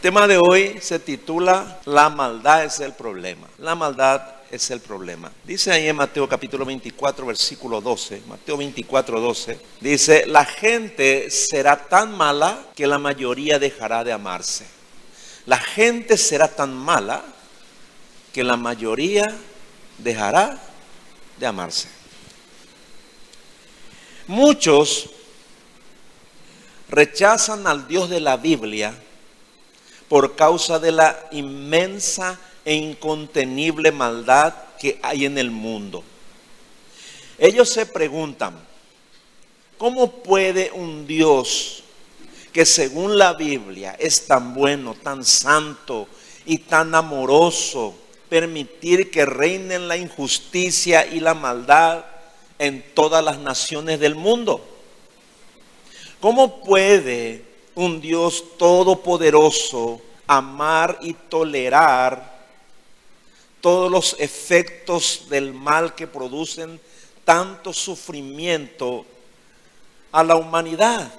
El tema de hoy se titula La maldad es el problema. La maldad es el problema. Dice ahí en Mateo capítulo 24, versículo 12. Mateo 24, 12. Dice, la gente será tan mala que la mayoría dejará de amarse. La gente será tan mala que la mayoría dejará de amarse. Muchos rechazan al Dios de la Biblia por causa de la inmensa e incontenible maldad que hay en el mundo. Ellos se preguntan, ¿cómo puede un Dios que según la Biblia es tan bueno, tan santo y tan amoroso permitir que reinen la injusticia y la maldad en todas las naciones del mundo? ¿Cómo puede un Dios todopoderoso amar y tolerar todos los efectos del mal que producen tanto sufrimiento a la humanidad?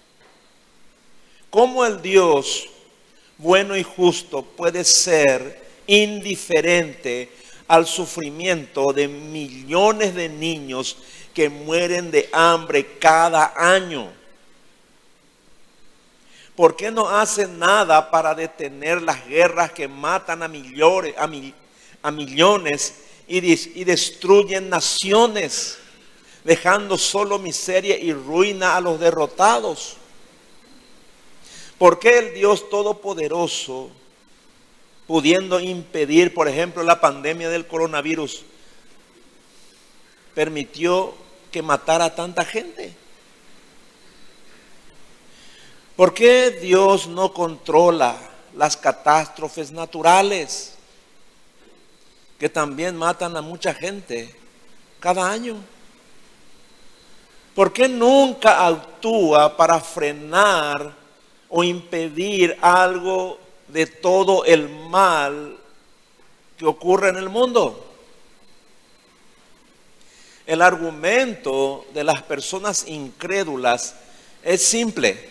¿Cómo el Dios bueno y justo puede ser indiferente al sufrimiento de millones de niños que mueren de hambre cada año? ¿Por qué no hace nada para detener las guerras que matan a millones y destruyen naciones, dejando solo miseria y ruina a los derrotados? ¿Por qué el Dios Todopoderoso, pudiendo impedir, por ejemplo, la pandemia del coronavirus, permitió que matara a tanta gente? ¿Por qué Dios no controla las catástrofes naturales que también matan a mucha gente cada año? ¿Por qué nunca actúa para frenar o impedir algo de todo el mal que ocurre en el mundo? El argumento de las personas incrédulas es simple.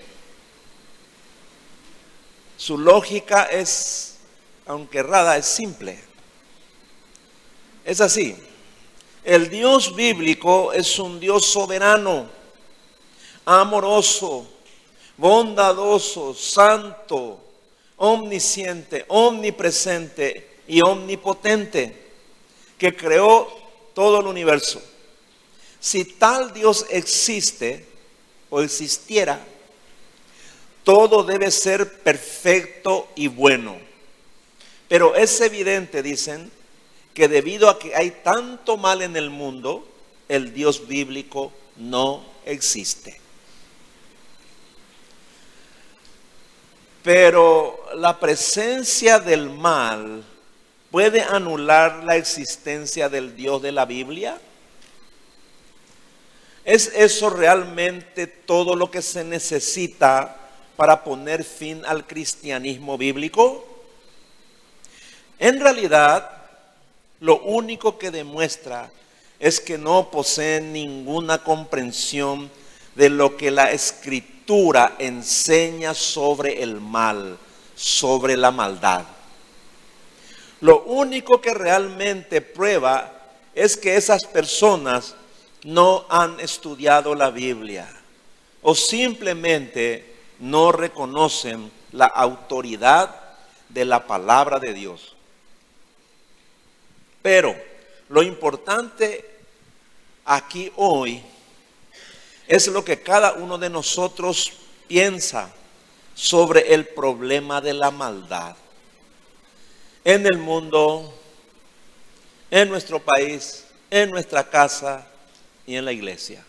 Su lógica es, aunque errada, es simple. Es así. El Dios bíblico es un Dios soberano, amoroso, bondadoso, santo, omnisciente, omnipresente y omnipotente, que creó todo el universo. Si tal Dios existe o existiera, todo debe ser perfecto y bueno. Pero es evidente, dicen, que debido a que hay tanto mal en el mundo, el Dios bíblico no existe. Pero la presencia del mal ¿puede anular la existencia del Dios de la Biblia? ¿Es eso realmente todo lo que se necesita para poner fin al cristianismo bíblico? En realidad, lo único que demuestra es que no poseen ninguna comprensión de lo que la Escritura enseña sobre el mal, sobre la maldad. Lo único que realmente prueba es que esas personas no han estudiado la Biblia o simplemente no reconocen la autoridad de la palabra de Dios. Pero lo importante aquí hoy es lo que cada uno de nosotros piensa sobre el problema de la maldad en el mundo, en nuestro país, en nuestra casa y en la iglesia.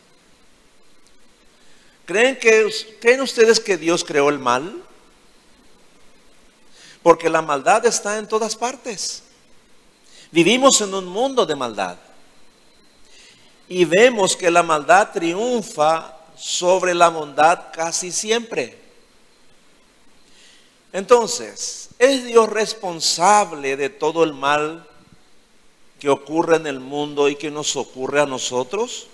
¿Creen ustedes que Dios creó el mal? Porque la maldad está en todas partes. Vivimos en un mundo de maldad. Y vemos que la maldad triunfa sobre la bondad casi siempre. Entonces, ¿es Dios responsable de todo el mal que ocurre en el mundo y que nos ocurre a nosotros?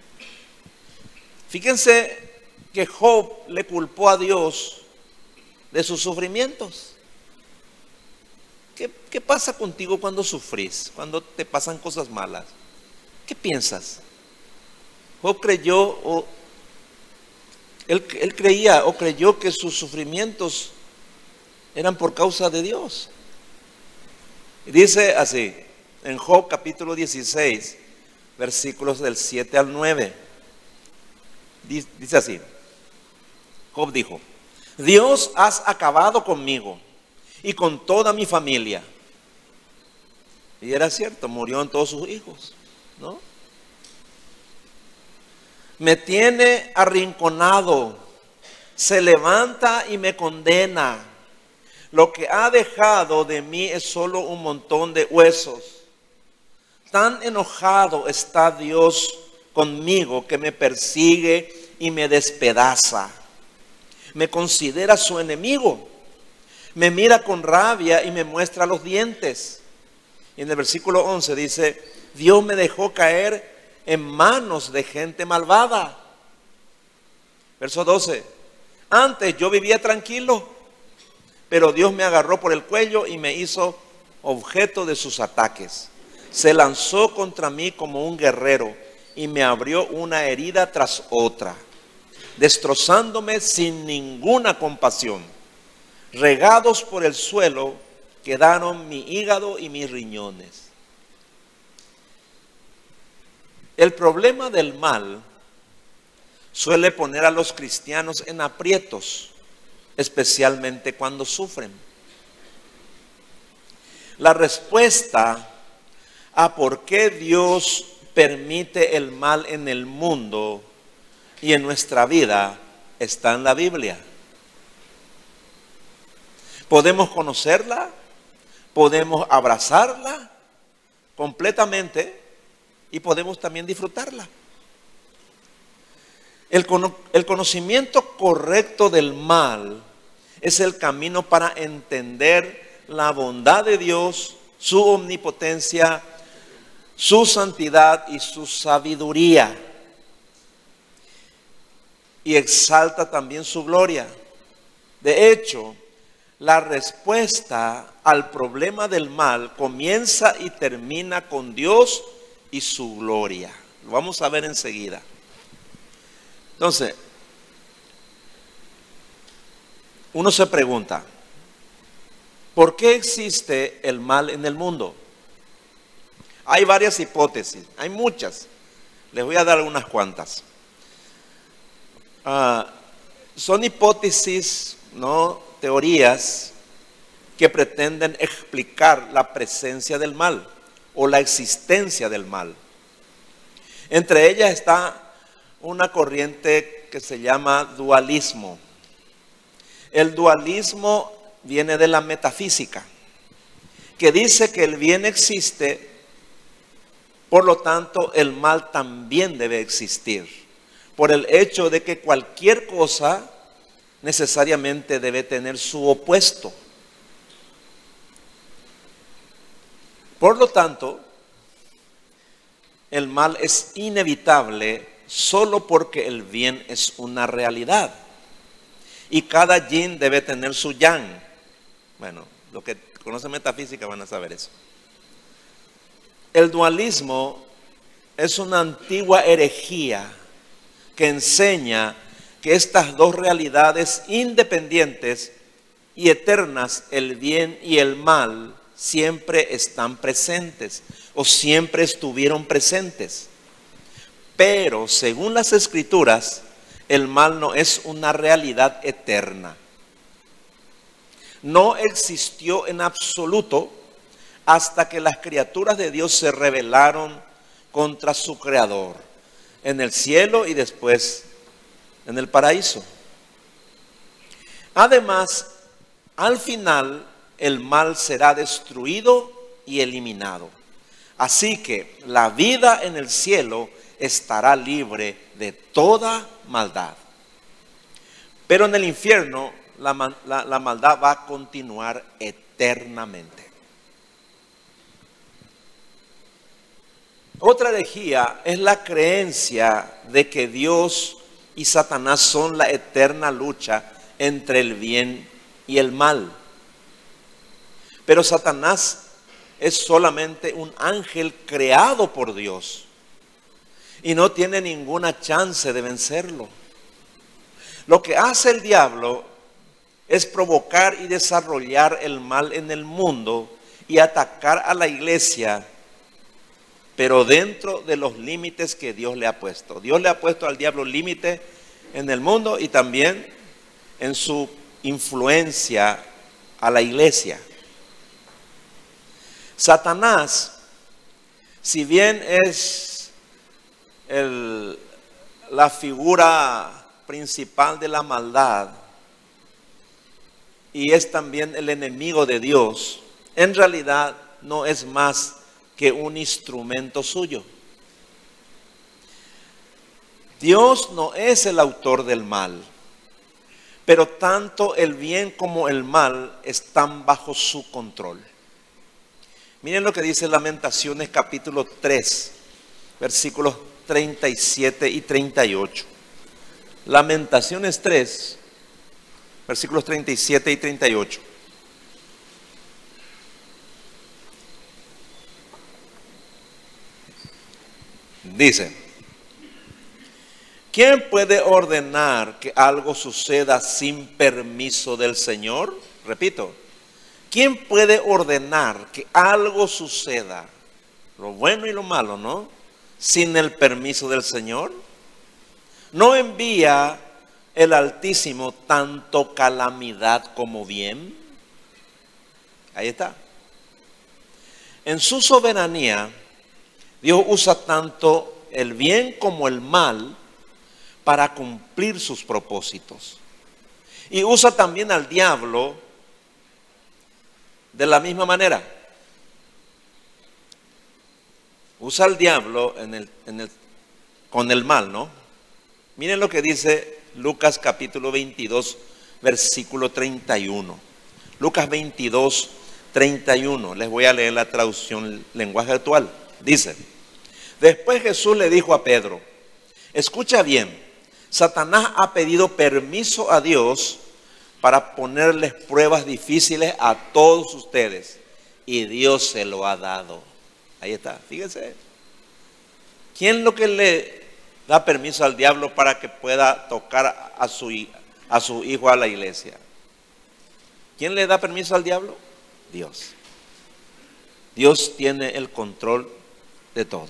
Fíjense que Job le culpó a Dios de sus sufrimientos. ¿Qué pasa contigo cuando sufrís, cuando te pasan cosas malas? ¿Qué piensas? Job creyó, él creía o creyó que sus sufrimientos eran por causa de Dios. Y dice así, en Job capítulo 16, versículos del 7 al 9. Dice así, Job dijo: Dios, has acabado conmigo y con toda mi familia. Y era cierto, murieron todos sus hijos, ¿no? Me tiene arrinconado, se levanta y me condena. Lo que ha dejado de mí es solo un montón de huesos. Tan enojado está Dios conmigo que me persigue y me despedaza. Me considera su enemigo. Me mira con rabia y me muestra los dientes. Y en el versículo 11 dice: Dios me dejó caer en manos de gente malvada. Verso 12: Antes yo vivía tranquilo, pero Dios me agarró por el cuello y me hizo objeto de sus ataques. Se lanzó contra mí como un guerrero y me abrió una herida tras otra, destrozándome sin ninguna compasión. Regados por el suelo quedaron mi hígado y mis riñones. El problema del mal suele poner a los cristianos en aprietos, especialmente cuando sufren. La respuesta a por qué Dios permite el mal en el mundo y en nuestra vida está en la Biblia. Podemos conocerla, podemos abrazarla completamente y podemos también disfrutarla. El conocimiento correcto del mal es el camino para entender la bondad de Dios, su omnipotencia, su santidad y su sabiduría. Y exalta también su gloria. De hecho, la respuesta al problema del mal comienza y termina con Dios y su gloria. Lo vamos a ver enseguida. Entonces, uno se pregunta, ¿por qué existe el mal en el mundo? Hay varias hipótesis, hay muchas. Les voy a dar unas cuantas. Son hipótesis, ¿no? Teorías que pretenden explicar la presencia del mal o la existencia del mal. Entre ellas está una corriente que se llama dualismo. El dualismo viene de la metafísica, que dice que el bien existe, por lo tanto el mal también debe existir, por el hecho de que cualquier cosa necesariamente debe tener su opuesto. Por lo tanto, el mal es inevitable solo porque el bien es una realidad. Y cada yin debe tener su yang. Bueno, los que conocen metafísica van a saber eso. El dualismo es una antigua herejía que enseña que estas dos realidades independientes y eternas, el bien y el mal, siempre están presentes o siempre estuvieron presentes. Pero según las Escrituras, el mal no es una realidad eterna. No existió en absoluto hasta que las criaturas de Dios se rebelaron contra su Creador en el cielo y después en el paraíso. Además, al final el mal será destruido y eliminado. Así que la vida en el cielo estará libre de toda maldad. Pero en el infierno la maldad va a continuar eternamente. Otra herejía es la creencia de que Dios y Satanás son la eterna lucha entre el bien y el mal. Pero Satanás es solamente un ángel creado por Dios y no tiene ninguna chance de vencerlo. Lo que hace el diablo es provocar y desarrollar el mal en el mundo y atacar a la iglesia, pero dentro de los límites que Dios le ha puesto. Dios le ha puesto al diablo límite en el mundo y también en su influencia a la iglesia. Satanás, si bien es la figura principal de la maldad y es también el enemigo de Dios, en realidad no es más que un instrumento suyo. Dios no es el autor del mal, pero tanto el bien como el mal están bajo su control. Miren lo que dice Lamentaciones capítulo 3, versículos 37 y 38. Lamentaciones 3, versículos 37 y 38. Dice: ¿quién puede ordenar que algo suceda sin permiso del Señor? Repito, ¿quién puede ordenar que algo suceda, lo bueno y lo malo, ¿no?, sin el permiso del Señor? ¿No envía el Altísimo tanto calamidad como bien? Ahí está. En su soberanía, Dios usa tanto el bien como el mal para cumplir sus propósitos. Y usa también al diablo de la misma manera. Usa al diablo con el mal, ¿no? Miren lo que dice Lucas capítulo 22, versículo 31. Lucas 22, 31. Les voy a leer la traducción lenguaje actual. Dice: después Jesús le dijo a Pedro: escucha bien, Satanás ha pedido permiso a Dios para ponerles pruebas difíciles a todos ustedes, y Dios se lo ha dado. Ahí está, fíjense. ¿Quién lo que le da permiso al diablo para que pueda tocar a su hijo a la iglesia? ¿Quién le da permiso al diablo? Dios. Dios tiene el control de todo.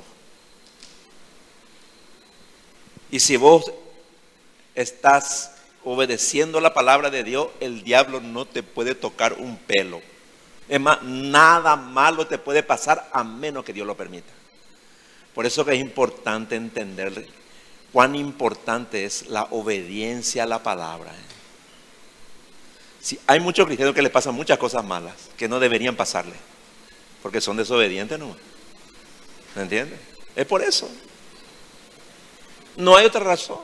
Y si vos estás obedeciendo la palabra de Dios, el diablo no te puede tocar un pelo. Es más, nada malo te puede pasar a menos que Dios lo permita. Por eso que es importante entender cuán importante es la obediencia a la palabra. Sí, hay muchos cristianos que les pasan muchas cosas malas que no deberían pasarle, porque son desobedientes, ¿no? ¿Me entiendes? Es por eso. No hay otra razón.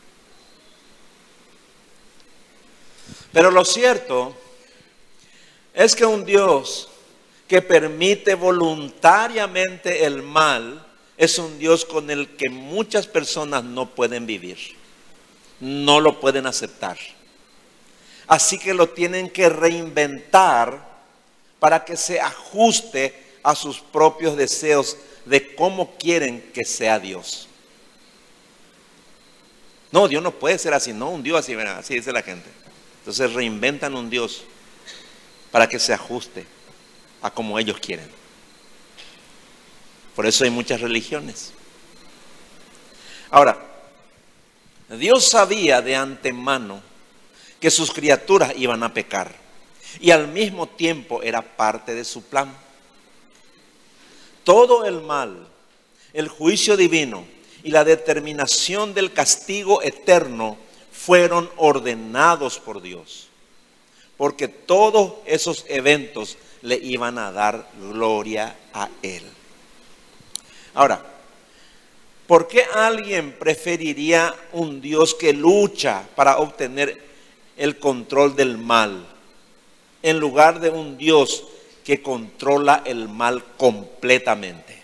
Pero lo cierto es que un Dios que permite voluntariamente el mal es un Dios con el que muchas personas no pueden vivir, no lo pueden aceptar. Así que lo tienen que reinventar para que se ajuste a sus propios deseos de cómo quieren que sea Dios. No, Dios no puede ser así, no, un Dios así, ¿verdad? Así dice la gente. Entonces reinventan un Dios para que se ajuste a como ellos quieren. Por eso hay muchas religiones. Ahora, Dios sabía de antemano que sus criaturas iban a pecar y al mismo tiempo era parte de su plan. Todo el mal, el juicio divino y la determinación del castigo eterno fueron ordenados por Dios, porque todos esos eventos le iban a dar gloria a Él. Ahora, ¿por qué alguien preferiría un Dios que lucha para obtener el control del mal en lugar de un Dios que controla el mal completamente?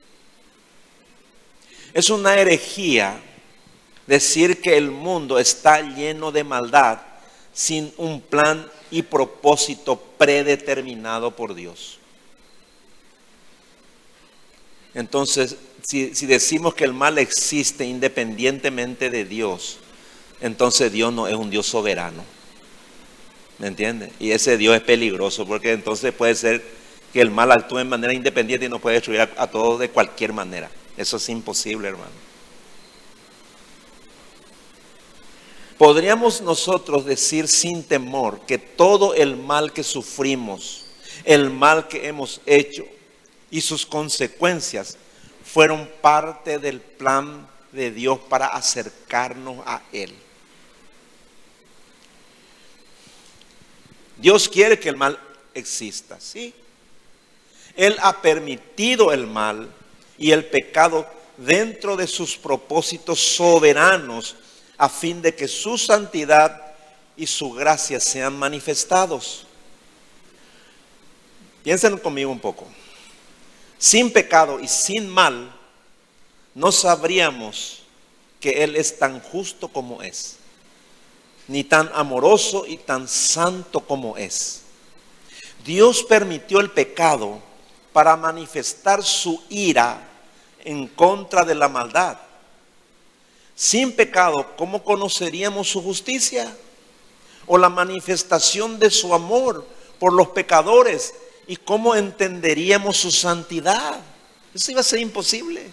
Es una herejía decir que el mundo está lleno de maldad sin un plan y propósito predeterminado por Dios. Entonces, si decimos que el mal existe independientemente de Dios, entonces Dios no es un Dios soberano. ¿Me entiende? Y ese Dios es peligroso, porque entonces puede ser que el mal actúe de manera independiente y nos puede destruir a todos de cualquier manera. Eso es imposible, hermano. Podríamos nosotros decir sin temor que todo el mal que sufrimos, el mal que hemos hecho y sus consecuencias fueron parte del plan de Dios para acercarnos a Él. Dios quiere que el mal exista, ¿sí? Él ha permitido el mal y el pecado dentro de sus propósitos soberanos a fin de que su santidad y su gracia sean manifestados. Piensen conmigo un poco. Sin pecado y sin mal, no sabríamos que Él es tan justo como es, ni tan amoroso y tan santo como es. Dios permitió el pecado para manifestar su ira en contra de la maldad. Sin pecado, ¿cómo conoceríamos su justicia? O la manifestación de su amor por los pecadores. ¿Y cómo entenderíamos su santidad? Eso iba a ser imposible.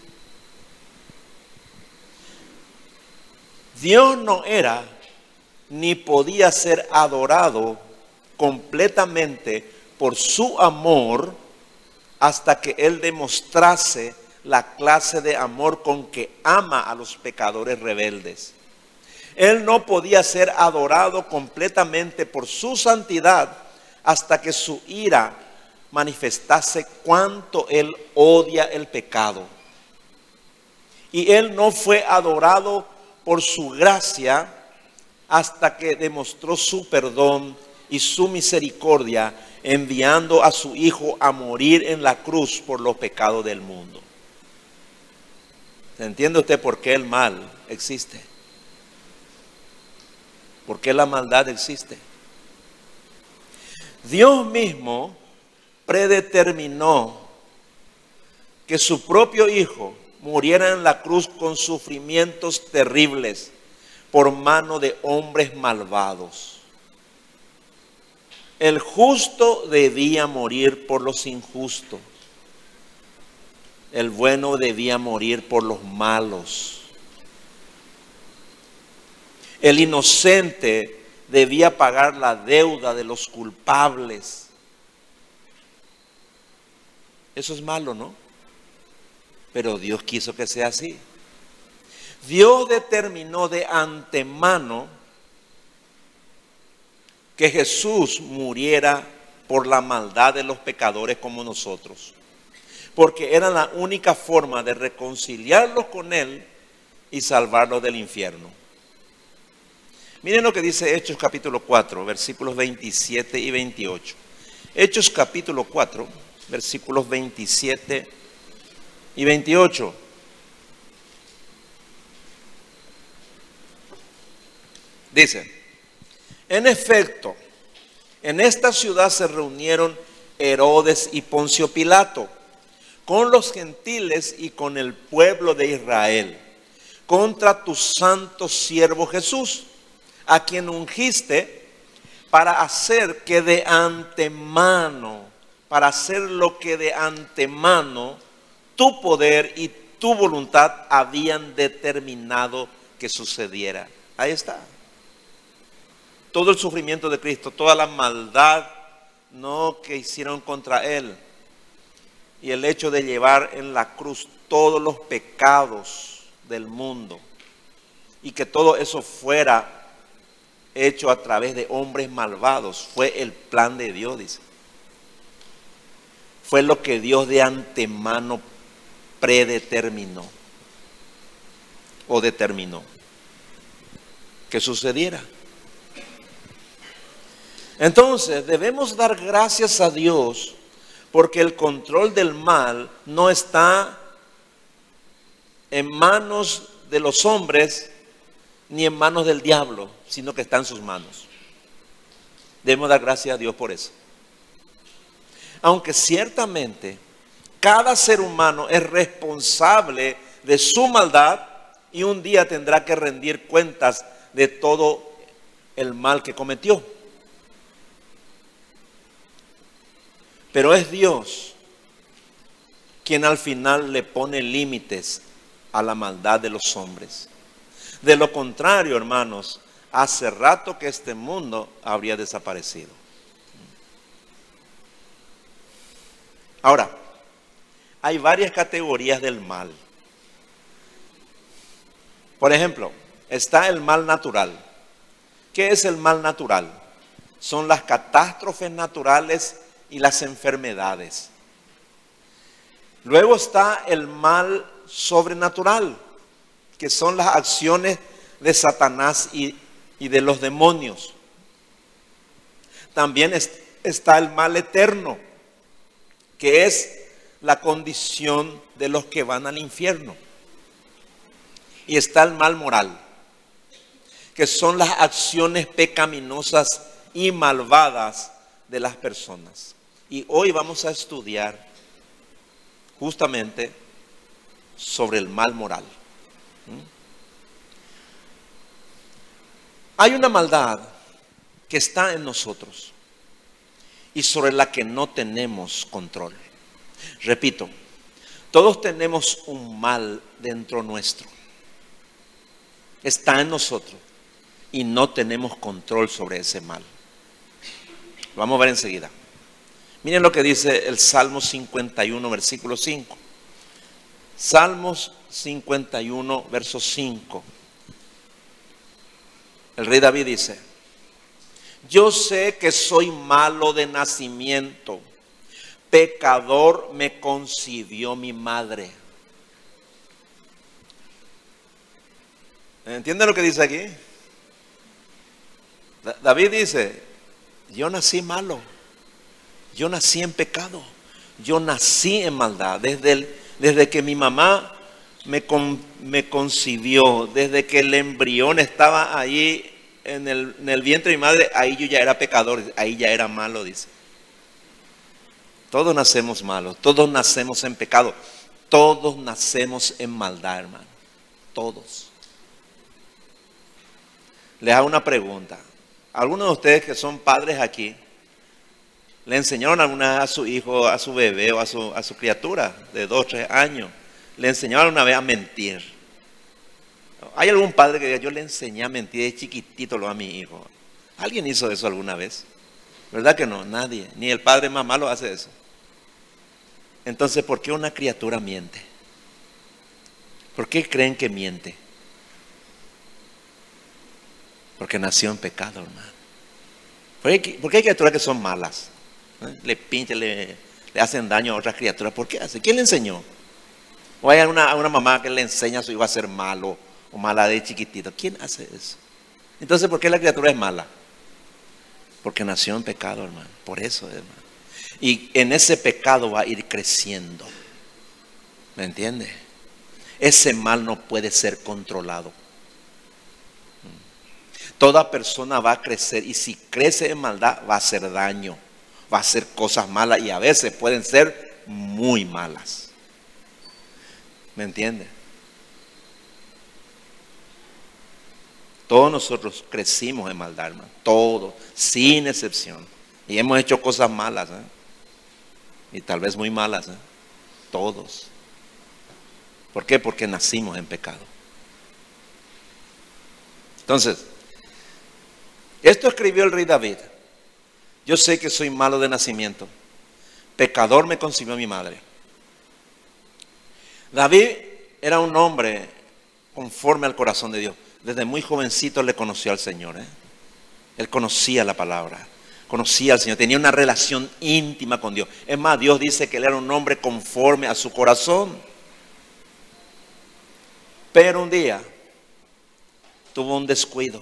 Dios no era ni podía ser adorado completamente por su amor hasta que Él demostrase la clase de amor con que ama a los pecadores rebeldes. Él no podía ser adorado completamente por su santidad hasta que su ira manifestase cuánto Él odia el pecado. Y Él no fue adorado por su gracia hasta que demostró su perdón y su misericordia, enviando a su Hijo a morir en la cruz por los pecados del mundo. ¿Entiende usted por qué el mal existe? ¿Por qué la maldad existe? Dios mismo predeterminó que su propio Hijo muriera en la cruz con sufrimientos terribles por mano de hombres malvados. El justo debía morir por los injustos. El bueno debía morir por los malos. El inocente debía pagar la deuda de los culpables. Eso es malo, ¿no? Pero Dios quiso que sea así. Dios determinó de antemano que Jesús muriera por la maldad de los pecadores como nosotros, porque era la única forma de reconciliarlos con Él y salvarlos del infierno. Miren lo que dice Hechos capítulo 4, versículos 27 y 28. Hechos capítulo 4, versículos 27 y 28. Dice: en efecto, en esta ciudad se reunieron Herodes y Poncio Pilato con los gentiles y con el pueblo de Israel contra tu santo siervo Jesús, a quien ungiste para hacer que de antemano, para hacer lo que de antemano tu poder y tu voluntad habían determinado que sucediera. Ahí está. Todo el sufrimiento de Cristo, toda la maldad que hicieron contra Él, y el hecho de llevar en la cruz todos los pecados del mundo, y que todo eso fuera hecho a través de hombres malvados, fue el plan de Dios, dice. Fue lo que Dios de antemano predeterminó o determinó que sucediera. Entonces debemos dar gracias a Dios porque el control del mal no está en manos de los hombres ni en manos del diablo, sino que está en sus manos. Debemos dar gracias a Dios por eso. Aunque ciertamente cada ser humano es responsable de su maldad y un día tendrá que rendir cuentas de todo el mal que cometió. Pero es Dios quien al final le pone límites a la maldad de los hombres. De lo contrario, hermanos, hace rato que este mundo habría desaparecido. Ahora, hay varias categorías del mal. Por ejemplo, está el mal natural. ¿Qué es el mal natural? Son las catástrofes naturales y las enfermedades. Luego está el mal sobrenatural, que son las acciones de Satanás y de los demonios. También está el mal eterno, que es la condición de los que van al infierno. Y está el mal moral, que son las acciones pecaminosas y malvadas de las personas. Y hoy vamos a estudiar justamente sobre el mal moral. Hay una maldad que está en nosotros y sobre la que no tenemos control. Repito, todos tenemos un mal dentro nuestro. Está en nosotros y no tenemos control sobre ese mal. Lo vamos a ver enseguida. Miren lo que dice el Salmo 51, versículo 5. Salmos 51, verso 5. El rey David dice: yo sé que soy malo de nacimiento, pecador me concibió mi madre. ¿Entienden lo que dice aquí? David dice: yo nací malo, yo nací en pecado, yo nací en maldad. Desde que mi mamá me concibió, desde que el embrión estaba ahí en el vientre de mi madre, ahí yo ya era pecador, ahí ya era malo, dice. Todos nacemos malos, todos nacemos en pecado, todos nacemos en maldad, hermano, todos. Les hago una pregunta. ¿Algunos de ustedes que son padres aquí le enseñaron alguna vez a su hijo, a su bebé o a su criatura de 2 o 3 años? ¿Le enseñaron una vez a mentir? ¿Hay algún padre que yo le enseñé a mentir de chiquitito a mi hijo? ¿Alguien hizo eso alguna vez? ¿Verdad que no? Nadie. Ni el padre más malo hace eso. Entonces, ¿por qué una criatura miente? ¿Por qué creen que miente? Porque nació en pecado, hermano. Porque hay criaturas que son malas. Le pintan, le hacen daño a otras criaturas. ¿Por qué hace? ¿Quién le enseñó? O hay una mamá que le enseña a su hijo a ser malo o mala de chiquitito. ¿Quién hace eso? Entonces, ¿por qué la criatura es mala? Porque nació en pecado, hermano. Por eso, hermano. Y en ese pecado va a ir creciendo. ¿Me entiende? Ese mal no puede ser controlado. Toda persona va a crecer y si crece en maldad va a hacer daño, va a hacer cosas malas y a veces pueden ser muy malas. ¿Me entiende? Todos nosotros crecimos en maldad, hermano. Todos, sin excepción. Y hemos hecho cosas malas, y tal vez muy malas, todos. ¿Por qué? Porque nacimos en pecado. Entonces, esto escribió el rey David. Yo sé que soy malo de nacimiento, pecador me concibió mi madre. David era un hombre conforme al corazón de Dios. Desde muy jovencito le conoció al Señor. Él conocía la palabra, conocía al Señor, tenía una relación íntima con Dios. Es más, Dios dice que él era un hombre conforme a su corazón. Pero un día tuvo un descuido.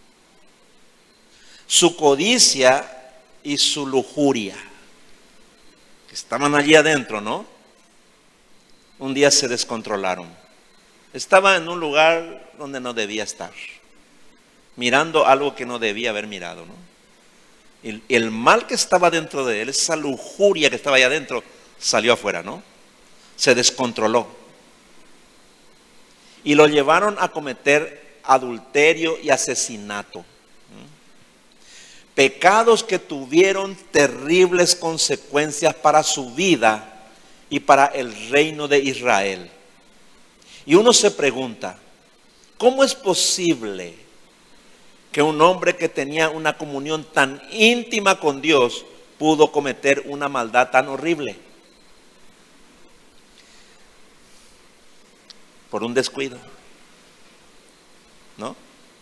Su codicia y su lujuria, que estaban allí adentro, ¿no? Un día se descontrolaron. Estaba en un lugar donde no debía estar, mirando algo que no debía haber mirado, ¿no? El mal que estaba dentro de él, esa lujuria que estaba allá adentro, salió afuera, ¿no? Se descontroló. Y lo llevaron a cometer adulterio y asesinato. Pecados que tuvieron terribles consecuencias para su vida y para el reino de Israel. Y uno se pregunta, ¿cómo es posible que un hombre que tenía una comunión tan íntima con Dios pudo cometer una maldad tan horrible? Por un descuido, ¿no?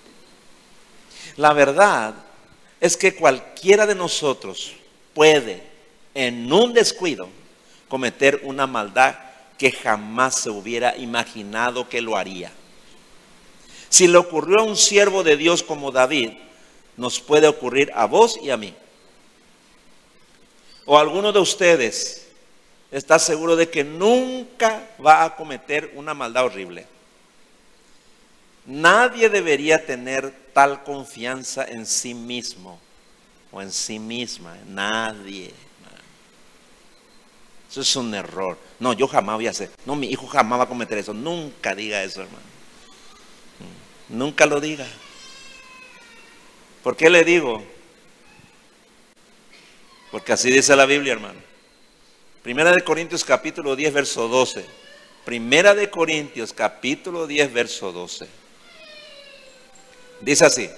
La verdad es que cualquiera de nosotros puede, en un descuido, cometer una maldad que jamás se hubiera imaginado que lo haría. Si le ocurrió a un siervo de Dios como David, nos puede ocurrir a vos y a mí. O alguno de ustedes está seguro de que nunca va a cometer una maldad horrible. Nadie debería tener tal confianza en sí mismo o en sí misma. Nadie. Eso es un error. No, yo jamás voy a hacer. No, mi hijo jamás va a cometer eso. Nunca diga eso, hermano. Nunca lo diga. ¿Por qué le digo? Porque así dice la Biblia, hermano. Primera de Corintios capítulo 10, verso 12. Primera de Corintios capítulo 10, verso 12. Dice así: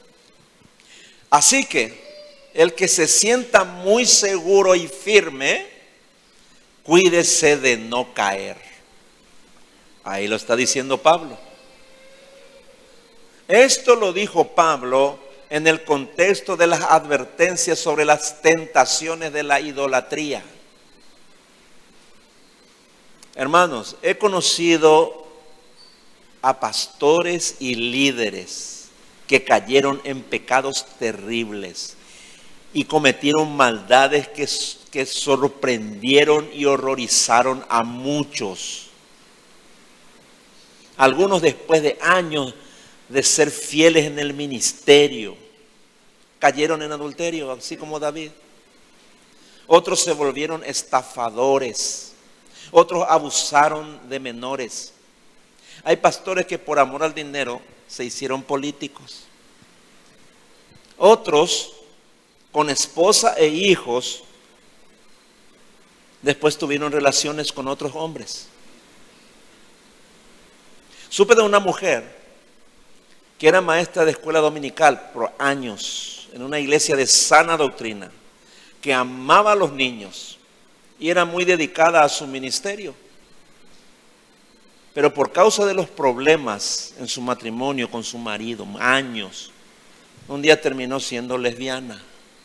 así que el que se sienta muy seguro y firme, cuídese de no caer. Ahí lo está diciendo Pablo. Esto lo dijo Pablo en el contexto de las advertencias sobre las tentaciones de la idolatría. Hermanos, he conocido a pastores y líderes que cayeron en pecados terribles y cometieron maldades que sorprendieron y horrorizaron a muchos. Algunos, después de años de ser fieles en el ministerio, cayeron en adulterio, así como David. Otros se volvieron estafadores. Otros abusaron de menores. Hay pastores que por amor al dinero se hicieron políticos. Otros, con esposa e hijos, después tuvieron relaciones con otros hombres. Supe de una mujer que era maestra de escuela dominical por años en una iglesia de sana doctrina, que amaba a los niños y era muy dedicada a su ministerio. Pero por causa de los problemas en su matrimonio con su marido, años, un día terminó siendo lesbiana.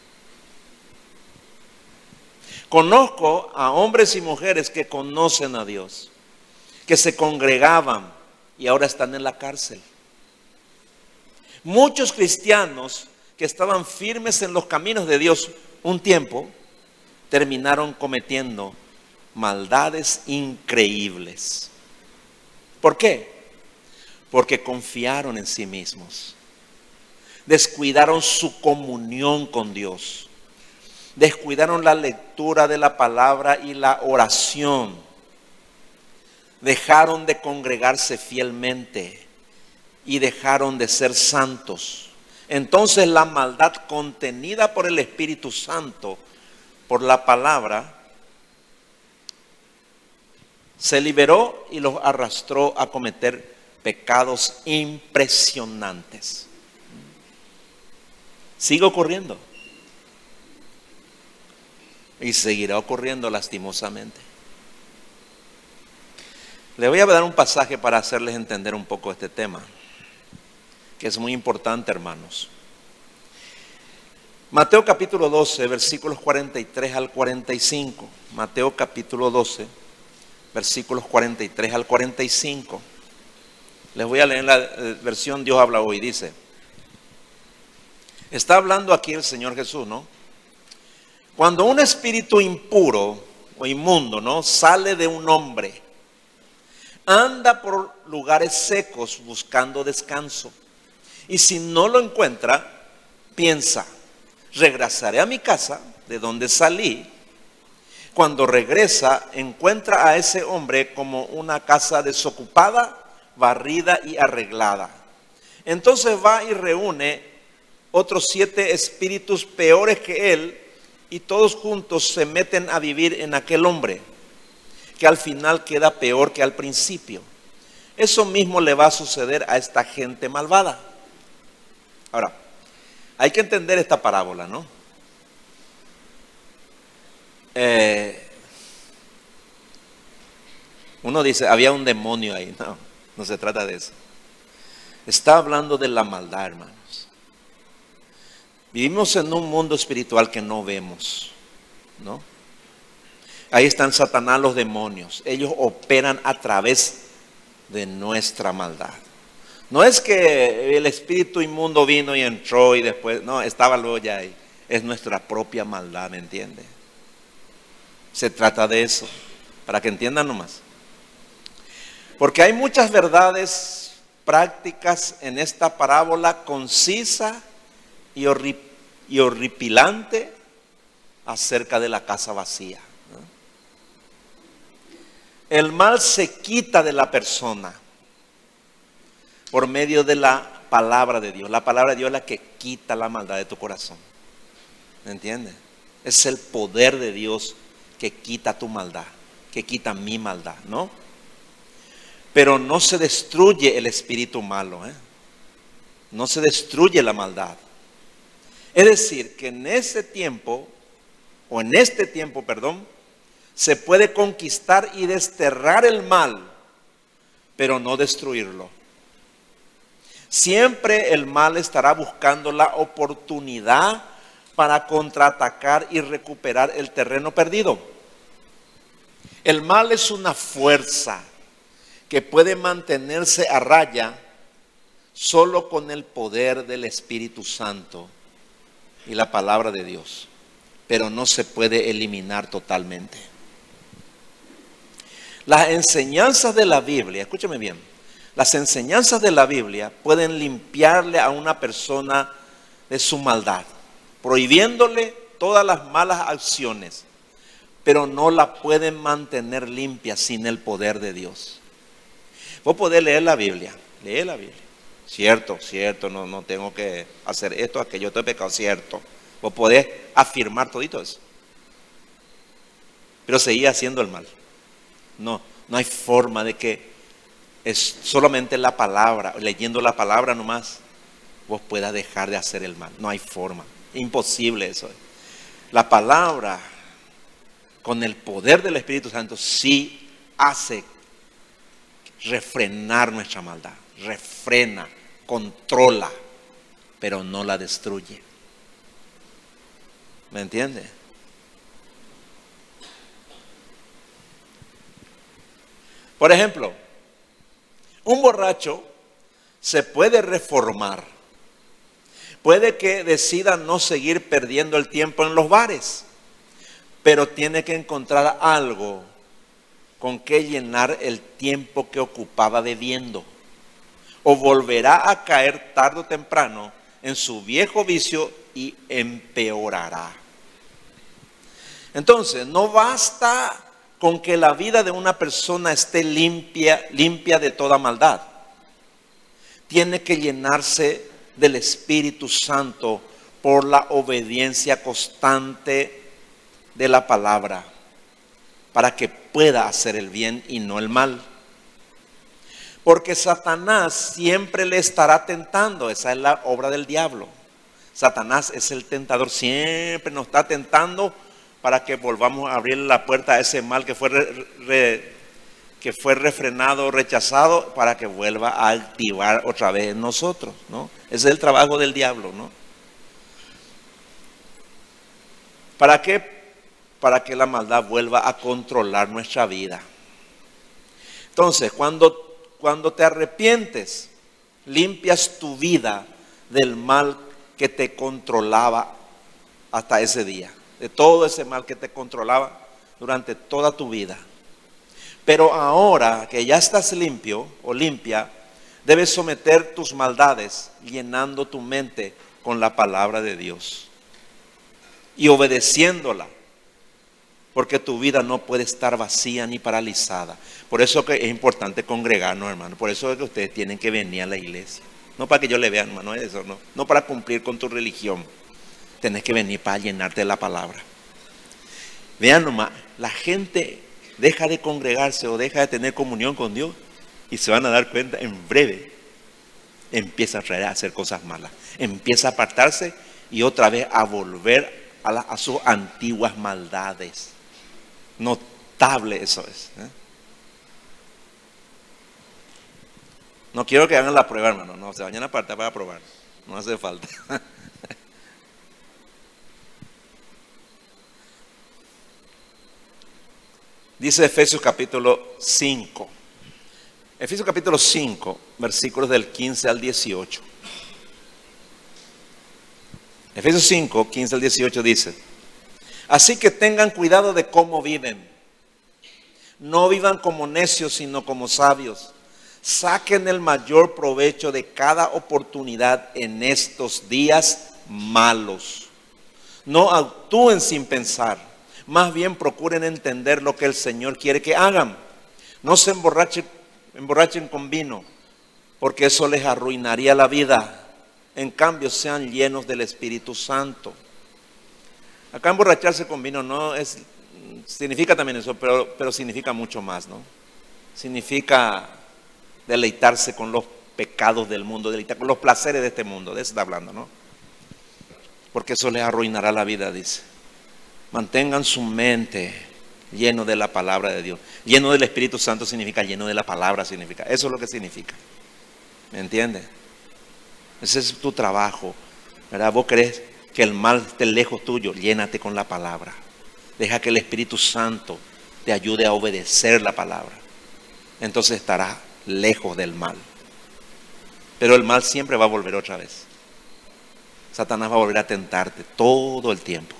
Conozco a hombres y mujeres que conocen a Dios, que se congregaban y ahora están en la cárcel. Muchos cristianos que estaban firmes en los caminos de Dios un tiempo, terminaron cometiendo maldades increíbles. ¿Por qué? Porque confiaron en sí mismos. Descuidaron su comunión con Dios. Descuidaron la lectura de la palabra y la oración. Dejaron de congregarse fielmente y dejaron de ser santos. Entonces la maldad contenida por el Espíritu Santo, por la palabra, se liberó y los arrastró a cometer pecados impresionantes. Sigue ocurriendo. Y seguirá ocurriendo lastimosamente. Le voy a dar un pasaje para hacerles entender un poco este tema, que es muy importante, hermanos. Mateo capítulo 12, versículos 43 al 45. Mateo capítulo 12, versículos 43 al 45. Les voy a leer la versión Dios habla hoy. Dice, está hablando aquí el Señor Jesús, ¿no? Cuando un espíritu impuro o inmundo, ¿no?, sale de un hombre, anda por lugares secos buscando descanso. Y si no lo encuentra, piensa, regresaré a mi casa, de donde salí. Cuando regresa, encuentra a ese hombre como una casa desocupada, barrida y arreglada. Entonces va y reúne otros 7 espíritus peores que él, y todos juntos se meten a vivir en aquel hombre, que al final queda peor que al principio. Eso mismo le va a suceder a esta gente malvada. Ahora, hay que entender esta parábola, ¿no? Uno dice, había un demonio ahí. No, no se trata de eso. Está hablando de la maldad, hermanos. Vivimos en un mundo espiritual que no vemos, ¿no? Ahí están Satanás, los demonios. Ellos operan a través de nuestra maldad. No es que el espíritu inmundo vino y entró y después, no, estaba luego ya ahí. Es nuestra propia maldad, ¿me entiende? Se trata de eso, para que entiendan nomás. Porque hay muchas verdades prácticas en esta parábola concisa y horripilante acerca de la casa vacía, ¿no? El mal se quita de la persona por medio de la palabra de Dios. La palabra de Dios es la que quita la maldad de tu corazón. ¿Me entiendes? Es el poder de Dios que quita tu maldad, que quita mi maldad, ¿no? Pero no se destruye el espíritu malo, ¿eh? No se destruye la maldad. Es decir, que en este tiempo, se puede conquistar y desterrar el mal, pero no destruirlo. Siempre el mal estará buscando la oportunidad para contraatacar y recuperar el terreno perdido. El mal es una fuerza que puede mantenerse a raya solo con el poder del Espíritu Santo y la palabra de Dios, pero no se puede eliminar totalmente. Las enseñanzas de la Biblia, escúchame bien, las enseñanzas de la Biblia pueden limpiarle a una persona de su maldad, prohibiéndole todas las malas acciones, pero no la pueden mantener limpia sin el poder de Dios. Vos podés leer la Biblia, lee la Biblia. Cierto, no tengo que hacer esto, aquello, esto es pecado, cierto. Vos podés afirmar todito eso, pero seguir haciendo el mal. No hay forma de que es solamente la palabra, leyendo la palabra nomás, vos puedas dejar de hacer el mal. No hay forma, imposible eso. La palabra, con el poder del Espíritu Santo, sí hace refrenar nuestra maldad, refrena, controla, pero no la destruye. ¿Me entiende? Por ejemplo, un borracho se puede reformar. Puede que decida no seguir perdiendo el tiempo en los bares, pero tiene que encontrar algo con que llenar el tiempo que ocupaba bebiendo, o volverá a caer tarde o temprano en su viejo vicio y empeorará. Entonces, no basta con que la vida de una persona esté limpia de toda maldad. Tiene que llenarse del Espíritu Santo por la obediencia constante de la palabra, para que pueda hacer el bien y no el mal. Porque Satanás siempre le estará tentando. Esa es la obra del diablo. Satanás es el tentador, siempre nos está tentando para que volvamos a abrir la puerta a ese mal que fue refrenado, rechazado, para que vuelva a activar otra vez en nosotros, ¿no? Ese es el trabajo del diablo, ¿no? ¿Para qué? Para que la maldad vuelva a controlar nuestra vida. Entonces, cuando te arrepientes, limpias tu vida del mal que te controlaba hasta ese día, de todo ese mal que te controlaba durante toda tu vida. Pero ahora que ya estás limpio o limpia, debes someter tus maldades llenando tu mente con la palabra de Dios. y obedeciéndola, porque tu vida no puede estar vacía ni paralizada. Por eso que es importante congregarnos, hermano. Por eso es que ustedes tienen que venir a la iglesia. No para que yo le vea, hermano, eso no. No para cumplir con tu religión. Tenés que venir para llenarte de la palabra. Vean nomás, la gente deja de congregarse o deja de tener comunión con Dios y se van a dar cuenta en breve. Empieza a hacer cosas malas. Empieza a apartarse y otra vez a volver a sus antiguas maldades. Notable eso es. No quiero que hagan la prueba, hermano. No, se vayan a apartar para probar. No hace falta. Dice Efesios capítulo 5. Efesios capítulo 5, versículos del 15 al 18. Efesios 5, 15 al 18 dice: así que tengan cuidado de cómo viven. No vivan como necios, sino como sabios. Saquen el mayor provecho de cada oportunidad en estos días malos. No actúen sin pensar. Más bien procuren entender lo que el Señor quiere que hagan. No se emborrachen con vino, porque eso les arruinaría la vida. En cambio, sean llenos del Espíritu Santo. Acá emborracharse con vino no es, significa también eso, pero significa mucho más, ¿no? Significa deleitarse con los pecados del mundo, deleitarse con los placeres de este mundo, de eso está hablando, ¿no? Porque eso les arruinará la vida, dice. Mantengan su mente lleno de la palabra de Dios. Lleno del Espíritu Santo significa lleno de la palabra, significa. Eso es lo que significa. ¿Me entiendes? Ese es tu trabajo, ¿verdad? Vos querés que el mal esté lejos tuyo, llénate con la palabra. Deja que el Espíritu Santo te ayude a obedecer la palabra. Entonces estarás lejos del mal. Pero el mal siempre va a volver otra vez. Satanás va a volver a tentarte todo el tiempo.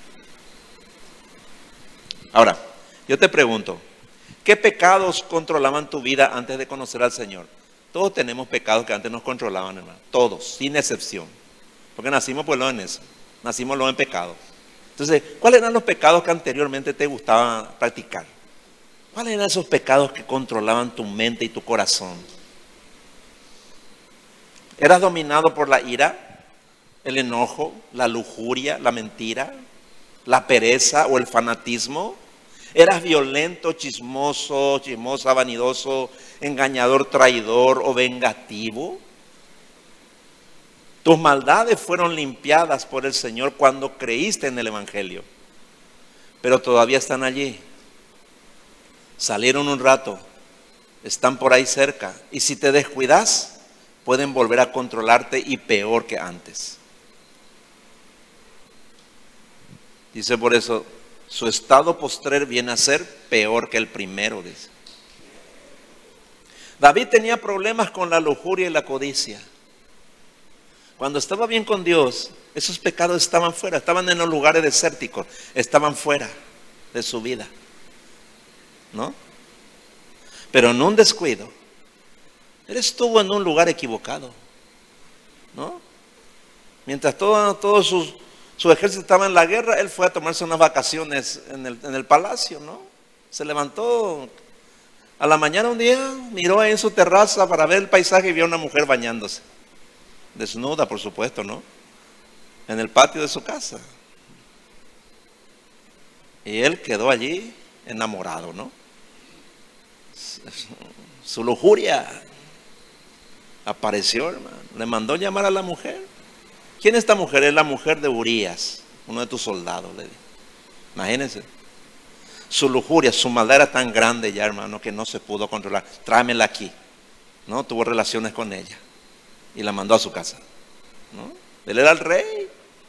Ahora, yo te pregunto, ¿qué pecados controlaban tu vida antes de conocer al Señor? Todos tenemos pecados que antes nos controlaban, hermano. Todos, sin excepción. Porque nacimos pues en eso. Nacimos luego en pecado. Entonces, ¿cuáles eran los pecados que anteriormente te gustaba practicar? ¿Cuáles eran esos pecados que controlaban tu mente y tu corazón? ¿Eras dominado por la ira, el enojo, la lujuria, la mentira, la pereza o el fanatismo? ¿Eras violento, chismosa, vanidoso, engañador, traidor o vengativo? Tus maldades fueron limpiadas por el Señor cuando creíste en el Evangelio, pero todavía están allí. Salieron un rato, están por ahí cerca, y si te descuidas, pueden volver a controlarte y peor que antes. Dice por eso, su estado postrer viene a ser peor que el primero, dice. David tenía problemas con la lujuria y la codicia. Cuando estaba bien con Dios, esos pecados estaban fuera, estaban en los lugares desérticos, estaban fuera de su vida, ¿no? Pero en un descuido, él estuvo en un lugar equivocado, ¿no? Mientras todo su ejército estaba en la guerra, él fue a tomarse unas vacaciones en el palacio, ¿no? Se levantó a la mañana un día, miró ahí en su terraza para ver el paisaje y vio a una mujer bañándose. Desnuda, por supuesto, ¿no? En el patio de su casa. Y él quedó allí enamorado, ¿no? Su lujuria apareció, hermano. Le mandó llamar a la mujer. ¿Quién es esta mujer? Es la mujer de Urías, uno de tus soldados, le dijo. Imagínense. Su lujuria, su maldad era tan grande ya, hermano, que no se pudo controlar. Tráemela aquí. ¿No? Tuvo relaciones con ella. Y la mandó a su casa, ¿no? Él era el rey.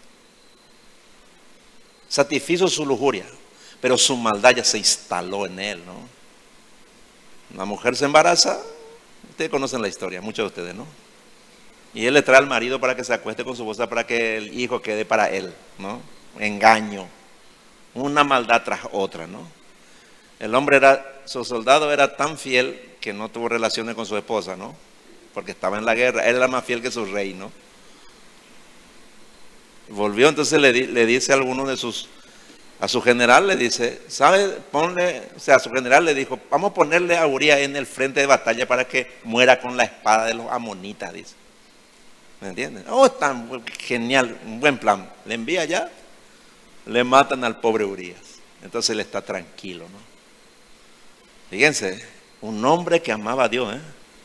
Satisfizo su lujuria, pero su maldad ya se instaló en él, ¿no? Una mujer se embaraza, ustedes conocen la historia, muchos de ustedes, ¿no? Y él le trae al marido para que se acueste con su esposa para que el hijo quede para él, ¿no? Engaño, una maldad tras otra, ¿no? El hombre su soldado era tan fiel que no tuvo relaciones con su esposa, ¿no? Porque estaba en la guerra, él era más fiel que su rey, ¿no? Volvió, entonces le dice a alguno de a su general le dice, ¿sabe? Ponle, o sea, su general le dijo, vamos a ponerle a Urías en el frente de batalla para que muera con la espada de los amonitas, dice. ¿Me entienden? Oh, está genial, un buen plan. Le envía allá, le matan al pobre Urías. Entonces él está tranquilo, ¿no? Fíjense, un hombre que amaba a Dios,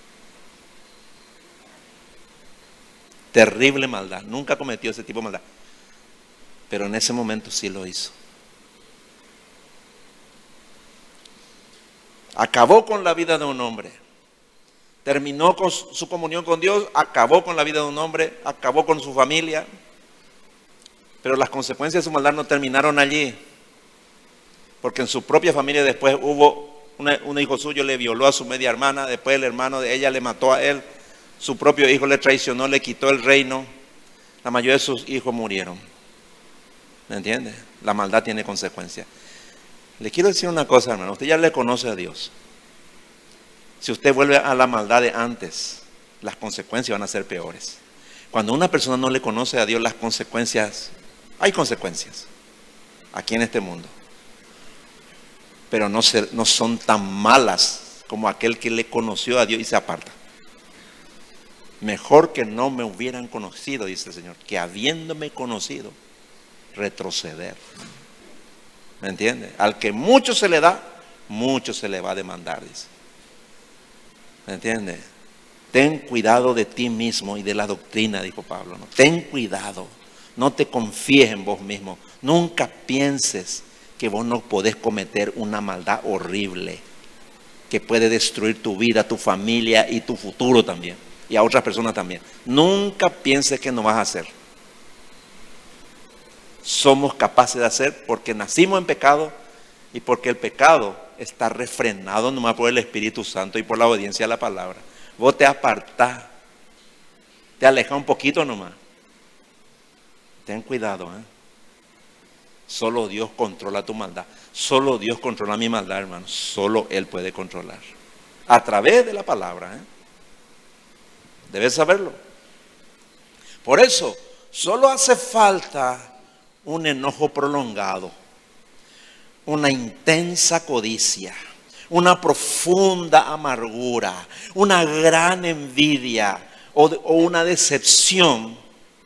terrible maldad, nunca cometió ese tipo de maldad, pero en ese momento sí lo hizo. Acabó con la vida de un hombre, terminó con su comunión con Dios, acabó con la vida de un hombre, acabó con su familia, pero las consecuencias de su maldad no terminaron allí, porque en su propia familia después hubo un hijo suyo, le violó a su media hermana, después el hermano de ella le mató a él, su propio hijo le traicionó, le quitó el reino, la mayoría de sus hijos murieron. ¿Me entiende? La maldad tiene consecuencias. Le quiero decir una cosa, hermano, usted ya le conoce a Dios. Si usted vuelve a la maldad de antes, las consecuencias van a ser peores. Cuando una persona no le conoce a Dios, las consecuencias, hay consecuencias aquí en este mundo, pero no son tan malas como aquel que le conoció a Dios y se aparta. Mejor que no me hubieran conocido, dice el Señor, que habiéndome conocido, retroceder. ¿Me entiende? Al que mucho se le da, mucho se le va a demandar, dice. ¿Me entiende? Ten cuidado de ti mismo y de la doctrina, dijo Pablo, ¿no? Ten cuidado, no te confíes en vos mismo. Nunca pienses que vos no podés cometer una maldad horrible que puede destruir tu vida, tu familia y tu futuro también. Y a otras personas también. Nunca pienses que no vas a hacer. Somos capaces de hacer porque nacimos en pecado y porque el pecado está refrenado nomás por el Espíritu Santo y por la obediencia a la palabra. Vos te apartás, te alejas un poquito nomás. Ten cuidado, Solo Dios controla tu maldad. Solo Dios controla mi maldad, hermano. Solo Él puede controlar. A través de la palabra, Debes saberlo. Por eso, solo hace falta un enojo prolongado, una intensa codicia, una profunda amargura, una gran envidia o una decepción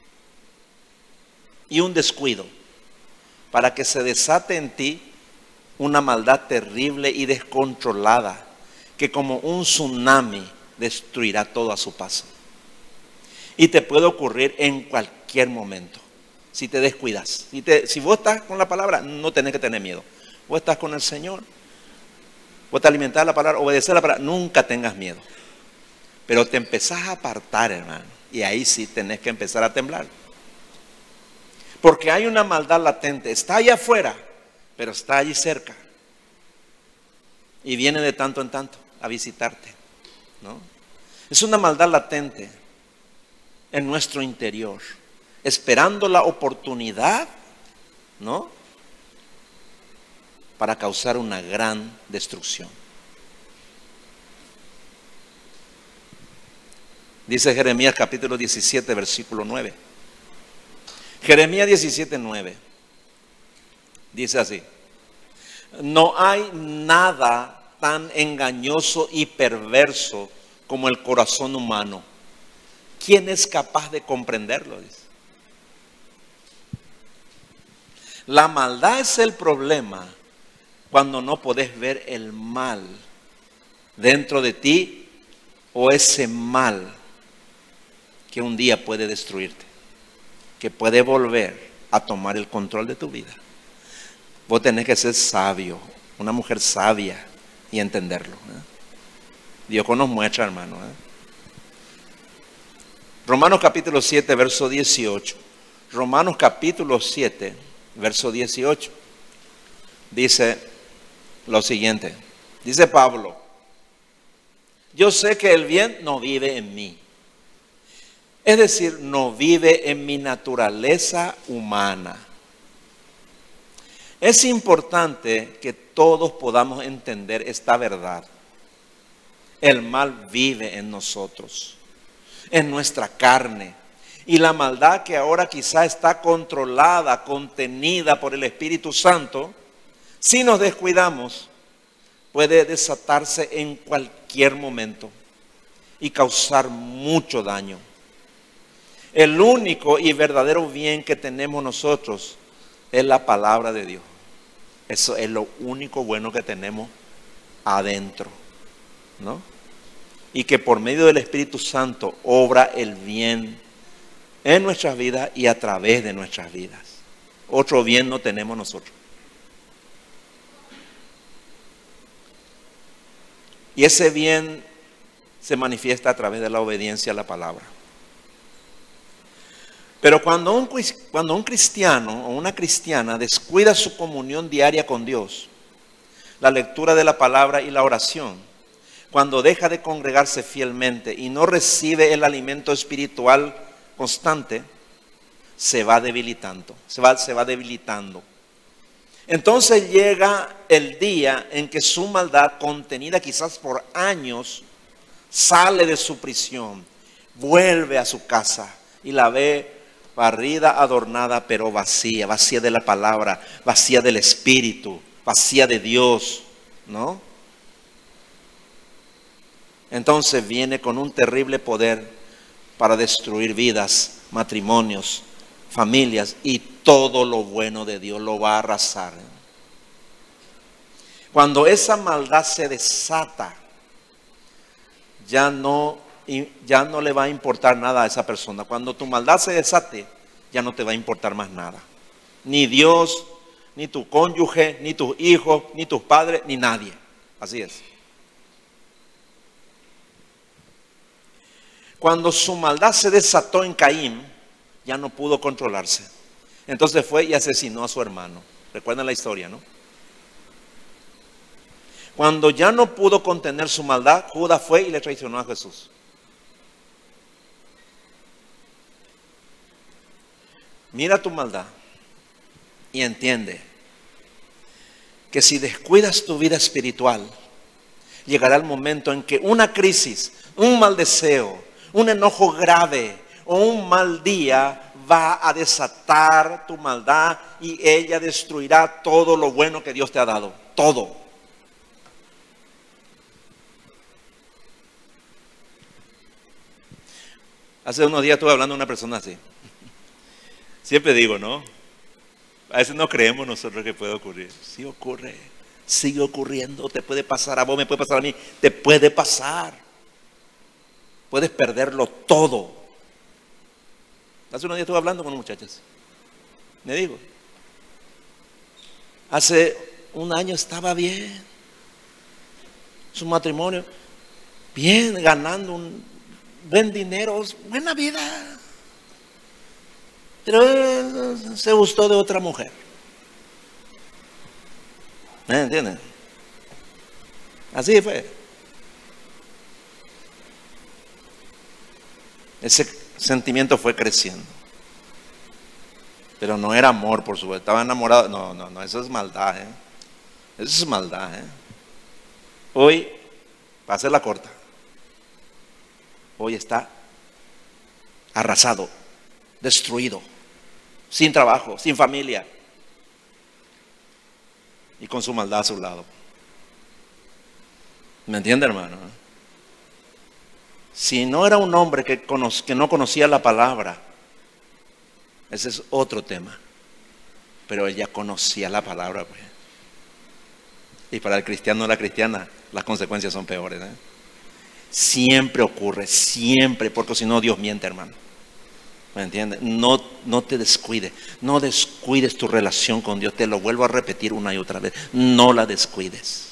y un descuido para que se desate en ti una maldad terrible y descontrolada que como un tsunami destruirá todo a su paso. Y te puede ocurrir en cualquier momento, si te descuidas. Si vos estás con la palabra, no tenés que tener miedo. Vos estás con el Señor, vos te alimentás la palabra, obedecer la palabra, nunca tengas miedo. Pero te empezás a apartar, hermano, y ahí sí tenés que empezar a temblar. Porque hay una maldad latente, está allá afuera, pero está allí cerca. Y viene de tanto en tanto a visitarte, ¿no? Es una maldad latente en nuestro interior, esperando la oportunidad, ¿no? Para causar una gran destrucción. Dice Jeremías capítulo 17, versículo 9. Jeremías 17, 9. Dice así: no hay nada tan engañoso y perverso como el corazón humano. ¿Quién es capaz de comprenderlo? Dice. La maldad es el problema cuando no podés ver el mal dentro de ti o ese mal que un día puede destruirte, que puede volver a tomar el control de tu vida. Vos tenés que ser sabio, una mujer sabia y entenderlo. Dios nos muestra, hermano. Romanos capítulo 7, verso 18. Romanos capítulo 7, verso 18. Dice lo siguiente. Dice Pablo: yo sé que el bien no vive en mí. Es decir, no vive en mi naturaleza humana. Es importante que todos podamos entender esta verdad. El mal vive en nosotros, en nuestra carne, Y la maldad que ahora quizá está controlada, contenida por el Espíritu Santo, si nos descuidamos, puede desatarse en cualquier momento y causar mucho daño. El único y verdadero bien que tenemos nosotros es la palabra de Dios. Eso es lo único bueno que tenemos adentro, ¿no? Y que por medio del Espíritu Santo obra el bien en nuestras vidas y a través de nuestras vidas. Otro bien no tenemos nosotros. Y ese bien se manifiesta a través de la obediencia a la palabra. Pero cuando un cristiano o una cristiana descuida su comunión diaria con Dios, la lectura de la palabra y la oración, cuando deja de congregarse fielmente y no recibe el alimento espiritual constante, se va debilitando, se va debilitando. Entonces llega el día en que su maldad, contenida quizás por años, sale de su prisión, vuelve a su casa y la ve barrida, adornada, pero vacía, vacía de la palabra, vacía del Espíritu, vacía de Dios, ¿no? Entonces viene con un terrible poder para destruir vidas, matrimonios, familias, y todo lo bueno de Dios lo va a arrasar. Cuando esa maldad se desata, ya no le va a importar nada a esa persona. Cuando tu maldad se desate, ya no te va a importar más nada. Ni Dios, ni tu cónyuge, ni tus hijos, ni tus padres, ni nadie. Así es. Cuando su maldad se desató en Caín, ya no pudo controlarse. Entonces fue y asesinó a su hermano. Recuerdan la historia, ¿no? Cuando ya no pudo contener su maldad, Judas fue y le traicionó a Jesús. Mira tu maldad y entiende que si descuidas tu vida espiritual, llegará el momento en que una crisis, un mal deseo, un enojo grave o un mal día va a desatar tu maldad y ella destruirá todo lo bueno que Dios te ha dado. Todo. Hace unos días estuve hablando de una persona así. Siempre digo, ¿no? A veces no creemos nosotros que puede ocurrir. Sí ocurre, sigue ocurriendo, te puede pasar a vos, me puede pasar a mí, te puede pasar. Puedes perderlo todo. Hace unos días estuve hablando con muchachas. Me digo, hace un año estaba bien. Su matrimonio, bien, ganando un buen dinero, buena vida. Pero se gustó de otra mujer. ¿Me entienden? Así fue. Ese sentimiento fue creciendo. Pero no era amor, por supuesto. Estaba enamorado. No, eso es maldad, ¿eh? Eso es maldad, ¿eh? Hoy, para hacer la corta, hoy está arrasado, destruido, sin trabajo, sin familia y con su maldad a su lado. ¿Me entiende, hermano? Si no era un hombre que no conocía la palabra, ese es otro tema. Pero ella conocía la palabra, pues. Y para el cristiano o la cristiana, las consecuencias son peores, ¿eh? Siempre ocurre, siempre, porque si no Dios miente, hermano. ¿Me entiendes? No te descuides, no descuides tu relación con Dios. Te lo vuelvo a repetir una y otra vez. No la descuides.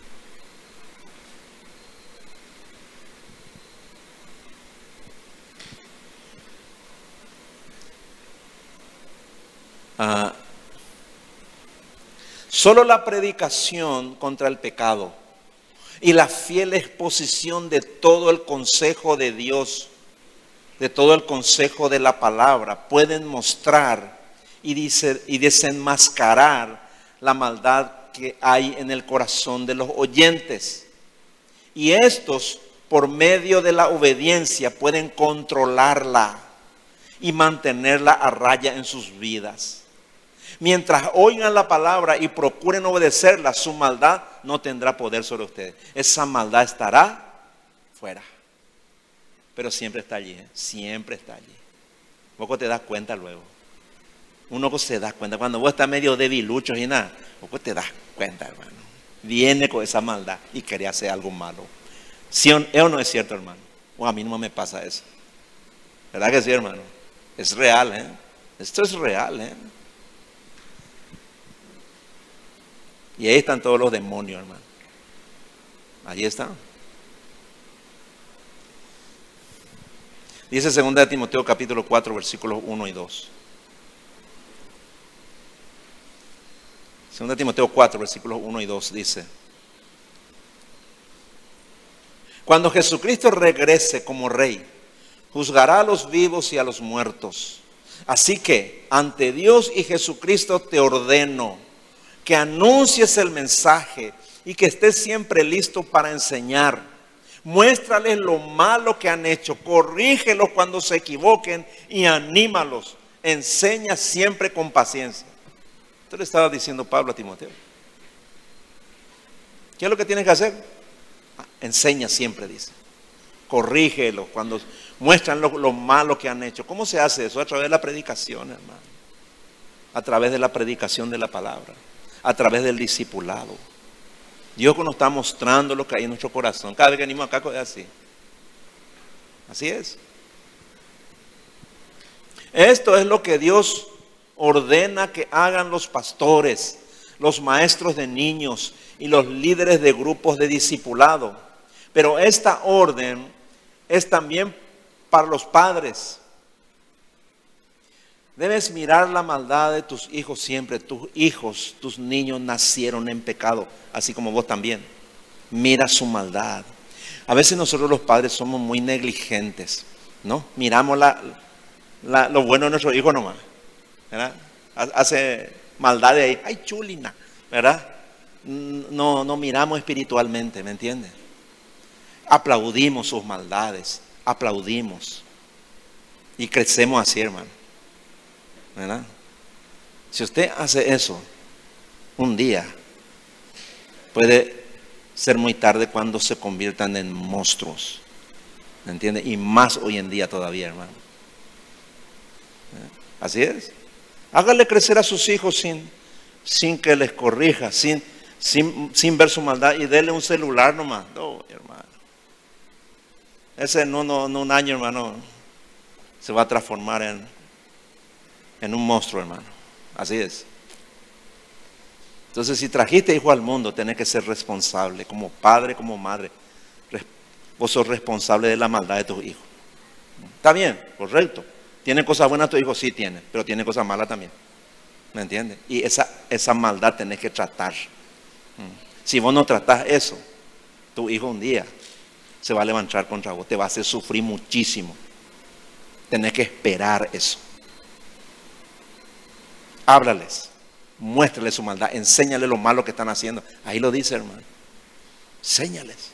Solo la predicación contra el pecado y la fiel exposición de todo el consejo de Dios, de todo el consejo de la palabra, pueden mostrar y desenmascarar la maldad que hay en el corazón de los oyentes. Y estos, por medio de la obediencia, pueden controlarla y mantenerla a raya en sus vidas. Mientras oigan la palabra y procuren obedecerla, su maldad no tendrá poder sobre ustedes. Esa maldad estará fuera. Pero siempre está allí, siempre está allí. Poco te das cuenta luego. Uno se da cuenta. Cuando vos estás medio debilucho y nada, poco te das cuenta, hermano. Viene con esa maldad y quiere hacer algo malo. ¿Sí o no es cierto, hermano? O a mí no me pasa eso. ¿Verdad que sí, hermano? Es real, ¿eh? Esto es real, ¿eh? Y ahí están todos los demonios, hermano. Ahí están. Dice 2 Timoteo capítulo 4, versículos 1 y 2. 2 Timoteo 4, versículos 1 y 2 dice: cuando Jesucristo regrese como Rey, juzgará a los vivos y a los muertos. Así que ante Dios y Jesucristo te ordeno que anuncies el mensaje y que estés siempre listo para enseñar. Muéstrales lo malo que han hecho, corrígelos cuando se equivoquen y anímalos. Enseña siempre con paciencia. Esto le estaba diciendo Pablo a Timoteo. ¿Qué es lo que tienes que hacer? Enseña siempre, dice. Corrígelos cuando muestran lo malo que han hecho. ¿Cómo se hace eso? A través de la predicación, hermano. A través de la predicación de la palabra. A través del discipulado. Dios nos está mostrando lo que hay en nuestro corazón. Cada vez que venimos acá es así. Así es. Esto es lo que Dios ordena que hagan los pastores, los maestros de niños y los líderes de grupos de discipulado. Pero esta orden es también para los padres. Debes mirar la maldad de tus hijos siempre. Tus hijos, tus niños nacieron en pecado, así como vos también. Mira su maldad. A veces nosotros los padres somos muy negligentes, ¿no? Miramos lo bueno de nuestro hijo nomás, ¿verdad? Hace maldad de ahí, ¡ay, chulina! ¿Verdad? No miramos espiritualmente, ¿me entiendes? Aplaudimos sus maldades, aplaudimos. Y crecemos así, hermano. ¿Verdad? Si usted hace eso un día, puede ser muy tarde cuando se conviertan en monstruos. ¿Me entiende? Y más hoy en día todavía, hermano. Así es. Hágale crecer a sus hijos sin que les corrija, sin ver su maldad, y déle un celular nomás. No, hermano. Ese en un año, hermano, se va a transformar en un monstruo, hermano. Así es. Entonces, si trajiste hijo al mundo, tenés que ser responsable, como padre, como madre. Vos sos responsable de la maldad de tus hijos. Está bien, correcto. ¿Tiene cosas buenas tu hijo? Sí tiene, pero tiene cosas malas también. ¿Me entiendes? Y esa maldad tenés que tratar. Si vos no tratás eso, tu hijo un día se va a levantar contra vos, te va a hacer sufrir muchísimo. Tenés que esperar eso. Háblales, muéstrales su maldad, enséñales lo malo que están haciendo. Ahí lo dice, hermano. Enséñales.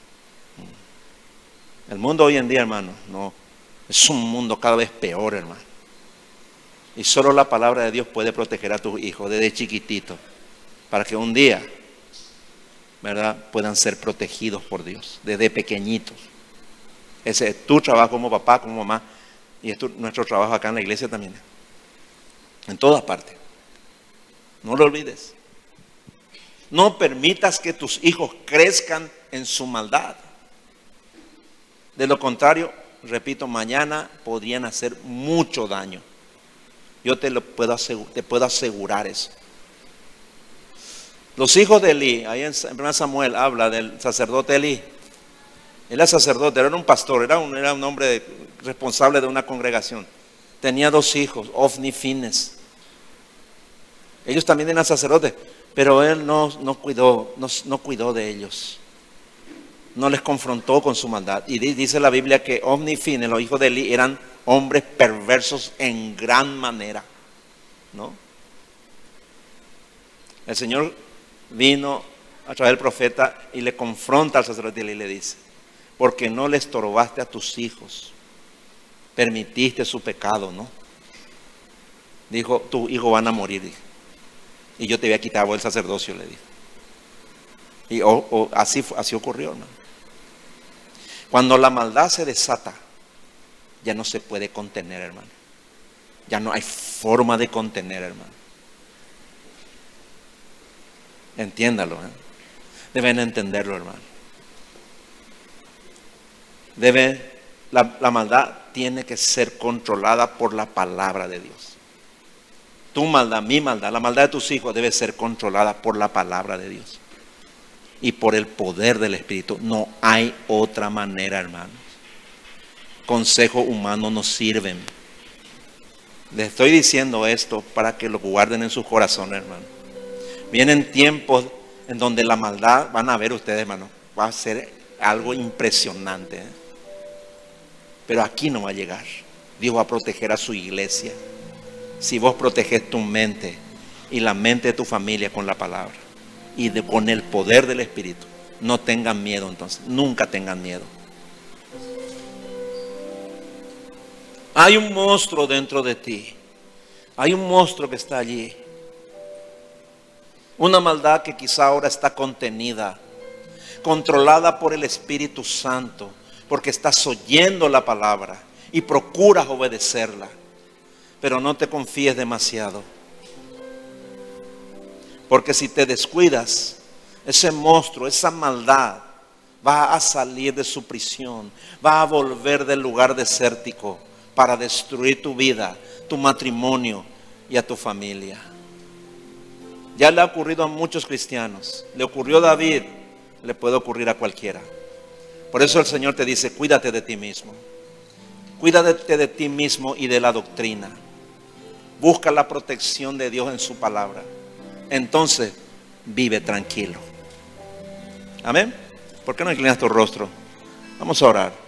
El mundo hoy en día, hermano, no, es un mundo cada vez peor, hermano. Y solo la palabra de Dios puede proteger a tus hijos desde chiquititos, para que un día, ¿verdad?, puedan ser protegidos por Dios, desde pequeñitos. Ese es tu trabajo como papá, como mamá, y es nuestro trabajo acá en la iglesia también. En todas partes. No lo olvides. No permitas que tus hijos crezcan en su maldad. De lo contrario, repito, mañana podrían hacer mucho daño. Yo te puedo asegurar eso. Los hijos de Elí, ahí en 1 Samuel habla del sacerdote Elí. Él era sacerdote, era un pastor, era un hombre responsable de una congregación. Tenía 2 hijos, Ofni y Fines. Ellos también eran sacerdotes, pero él no cuidó de ellos. No les confrontó con su maldad. Y dice la Biblia que Ofni y Fines, los hijos de Elí, eran hombres perversos en gran manera, ¿no? El Señor vino a través del profeta y le confronta al sacerdote Elí y le dice: porque no le estorbaste a tus hijos, Permitiste su pecado, ¿no? Dijo, tus hijos van a morir, dijo. Y yo te voy a quitar el sacerdocio, le dijo. Y así ocurrió, hermano. Cuando la maldad se desata, ya no se puede contener, hermano. Ya no hay forma de contener, hermano. Entiéndalo, ¿eh? Deben entenderlo, hermano. La maldad tiene que ser controlada por la palabra de Dios. Tu maldad, mi maldad, la maldad de tus hijos debe ser controlada por la palabra de Dios y por el poder del Espíritu. No hay otra manera, hermanos. Consejos humanos no sirven. Les estoy diciendo esto para que lo guarden en sus corazones, hermano. Vienen tiempos en donde la maldad, van a ver ustedes, hermano, va a ser algo impresionante, ¿eh? Pero aquí no va a llegar. Dios va a proteger a su iglesia. Si vos proteges tu mente y la mente de tu familia con la palabra y con el poder del Espíritu, no tengan miedo entonces. Nunca tengan miedo. Hay un monstruo dentro de ti. Hay un monstruo que está allí. Una maldad que quizá ahora está contenida, controlada por el Espíritu Santo, porque estás oyendo la palabra y procuras obedecerla. Pero no te confíes demasiado. Porque si te descuidas, ese monstruo, esa maldad, va a salir de su prisión, va a volver del lugar desértico para destruir tu vida, tu matrimonio y a tu familia. Ya le ha ocurrido a muchos cristianos. Le ocurrió a David, le puede ocurrir a cualquiera. Por eso el Señor te dice, cuídate de ti mismo. Cuídate de ti mismo y de la doctrina. Busca la protección de Dios en su palabra. Entonces, vive tranquilo. Amén. ¿Por qué no inclinas tu rostro? Vamos a orar.